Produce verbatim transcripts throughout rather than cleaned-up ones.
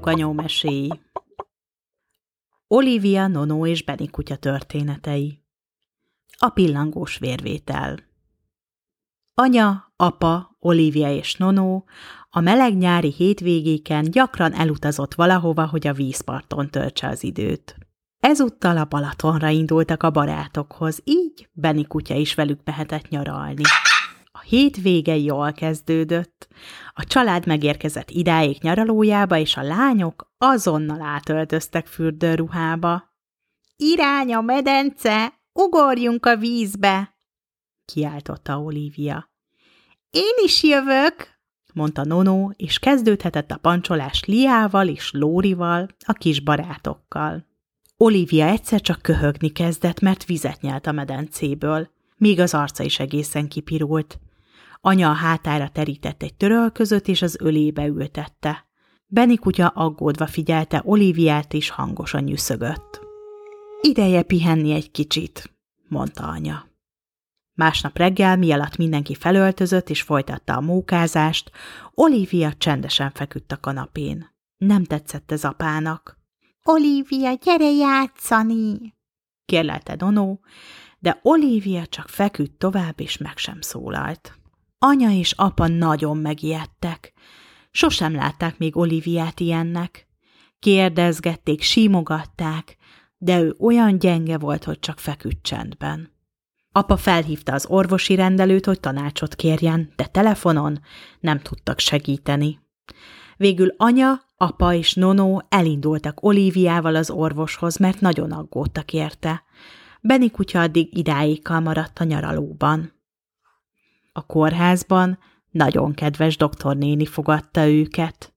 Bukanyó meséi. Olivia, Nono és Benny kutya történetei. A pillangós vérvétel. Anya, apa, Olivia és Nono a meleg nyári hétvégéken gyakran elutazott valahova, hogy a vízparton töltse az időt. Ezúttal a Balatonra indultak a barátokhoz, így Benny kutya is velük mehetett nyaralni. A hétvége jól kezdődött. A család megérkezett idáig nyaralójába, és a lányok azonnal átöltöztek fürdőruhába. Irány a medence! Ugorjunk a vízbe! Kiáltotta Olivia. Én is jövök! Mondta Nono, és kezdődhetett a pancsolás Liával és Lórival, a kis barátokkal. Olivia egyszer csak köhögni kezdett, mert vizet nyelt a medencéből, még az arca is egészen kipirult. Anya a hátára terített egy törölközöt, és az ölébe ültette. Benny kutya aggódva figyelte Oliviát, és hangosan nyüszögött. Ideje pihenni egy kicsit, mondta anya. Másnap reggel, mialatt mindenki felöltözött és folytatta a mókázást, Olivia csendesen feküdt a kanapén. Nem tetszett ez apának. Olivia, gyere játszani! Kérlelte Nono, de Olivia csak feküdt tovább, és meg sem szólalt. Anya és apa nagyon megijedtek. Sosem látták még Oliviát ilyennek. Kérdezgették, símogatták, de ő olyan gyenge volt, hogy csak feküdt csendben. Apa felhívta az orvosi rendelőt, hogy tanácsot kérjen, de telefonon nem tudtak segíteni. Végül anya, apa és Nono elindultak Oliviával az orvoshoz, mert nagyon aggódtak érte. Benny kutya addig idáékkal maradt a nyaralóban. A kórházban nagyon kedves doktornéni fogadta őket.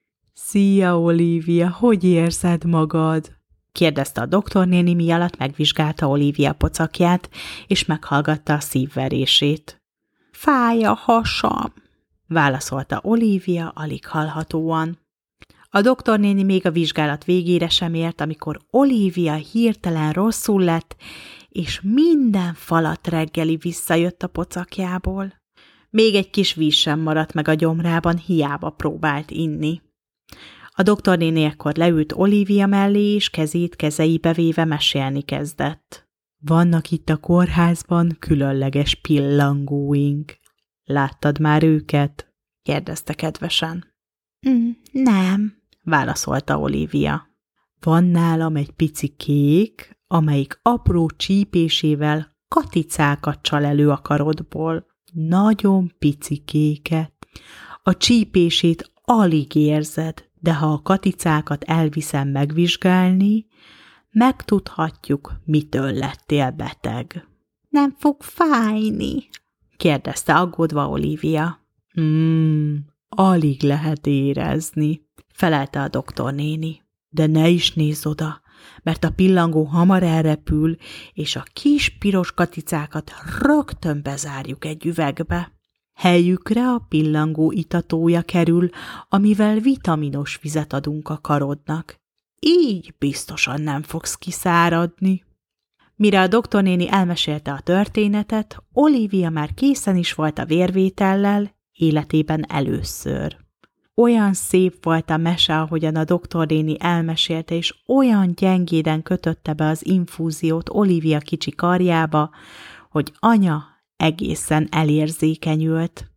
Szia, Olivia, hogy érzed magad? Kérdezte a doktornéni, mialatt megvizsgálta Olivia pocakját, és meghallgatta a szívverését. Fáj a hasam, válaszolta Olivia alig hallhatóan. A doktornéni még a vizsgálat végére sem ért, amikor Olivia hirtelen rosszul lett, és minden falat reggeli visszajött a pocakjából. Még egy kis víz sem maradt meg a gyomrában, hiába próbált inni. A doktornéni ekkor leült Olivia mellé, és kezét kezeibe véve mesélni kezdett. Vannak itt a kórházban különleges pillangóink. Láttad már őket? Kérdezte kedvesen. Mm, nem, válaszolta Olivia. Van nálam egy pici kék, amelyik apró csípésével katicákat csal elő a karodból. Nagyon pici kéket. A csípését alig érzed, de ha a katicákat elviszem megvizsgálni, megtudhatjuk, mitől lettél beteg. Nem fog fájni? Kérdezte aggódva Olivia. Hmm, alig lehet érezni, felelte a doktornéni. De ne is nézz oda, mert a pillangó hamar elrepül, és a kis piros katicákat rögtön bezárjuk egy üvegbe. Helyükre a pillangó itatója kerül, amivel vitaminos vizet adunk a karodnak. Így biztosan nem fogsz kiszáradni. Mire a doktornéni elmesélte a történetet, Olivia már készen is volt a vérvétellel, életében először. Olyan szép volt a mese, ahogyan a doktornéni elmesélte, és olyan gyengéden kötötte be az infúziót Olivia kicsi karjába, hogy anya egészen elérzékenyült.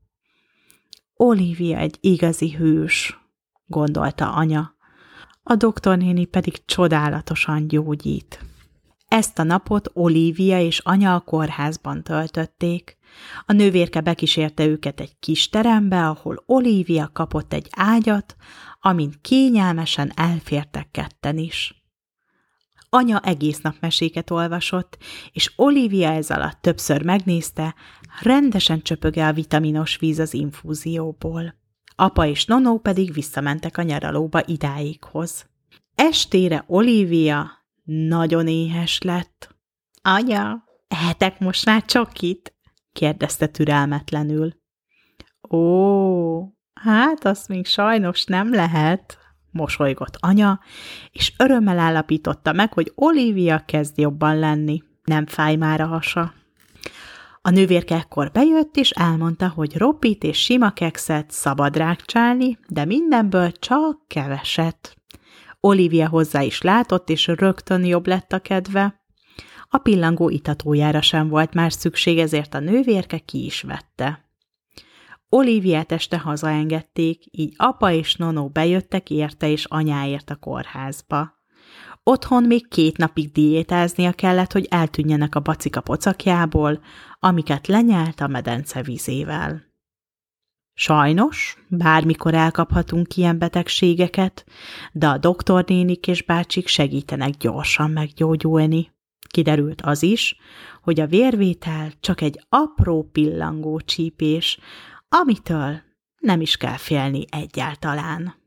Olivia egy igazi hős, gondolta anya. A doktornéni pedig csodálatosan gyógyít. Ezt a napot Olivia és anya a kórházban töltötték. A nővérke bekísérte őket egy kis terembe, ahol Olivia kapott egy ágyat, amin kényelmesen elfértek ketten is. Anya egész nap meséket olvasott, és Olivia ez alatt többször megnézte, rendesen csöpöge a vitaminos víz az infúzióból. Apa és Nono pedig visszamentek a nyaralóba idáikhoz. Estére Olivia nagyon éhes lett. – Anya, ehetek most már csokit? – kérdezte türelmetlenül. – Ó, hát azt még sajnos nem lehet – mosolygott anya, és örömmel állapította meg, hogy Olivia kezd jobban lenni. Nem fáj már a hasa. A nővérke ekkor bejött, és elmondta, hogy ropit és sima kekszet szabad rákcsálni, de mindenből csak keveset. Olivia hozzá is látott, és rögtön jobb lett a kedve. A pillangó itatójára sem volt már szükség, ezért a nővérke ki is vette. Oliviát este hazaengedték, így apa és nonó bejöttek érte és anyáért a kórházba. Otthon még két napig diétáznia kellett, hogy eltűnjenek a bacika pocakjából, amiket lenyált a medence vízével. Sajnos, bármikor elkaphatunk ilyen betegségeket, de a doktornénik és bácsik segítenek gyorsan meggyógyulni. Kiderült az is, hogy a vérvétel csak egy apró pillangó csípés, amitől nem is kell félni egyáltalán.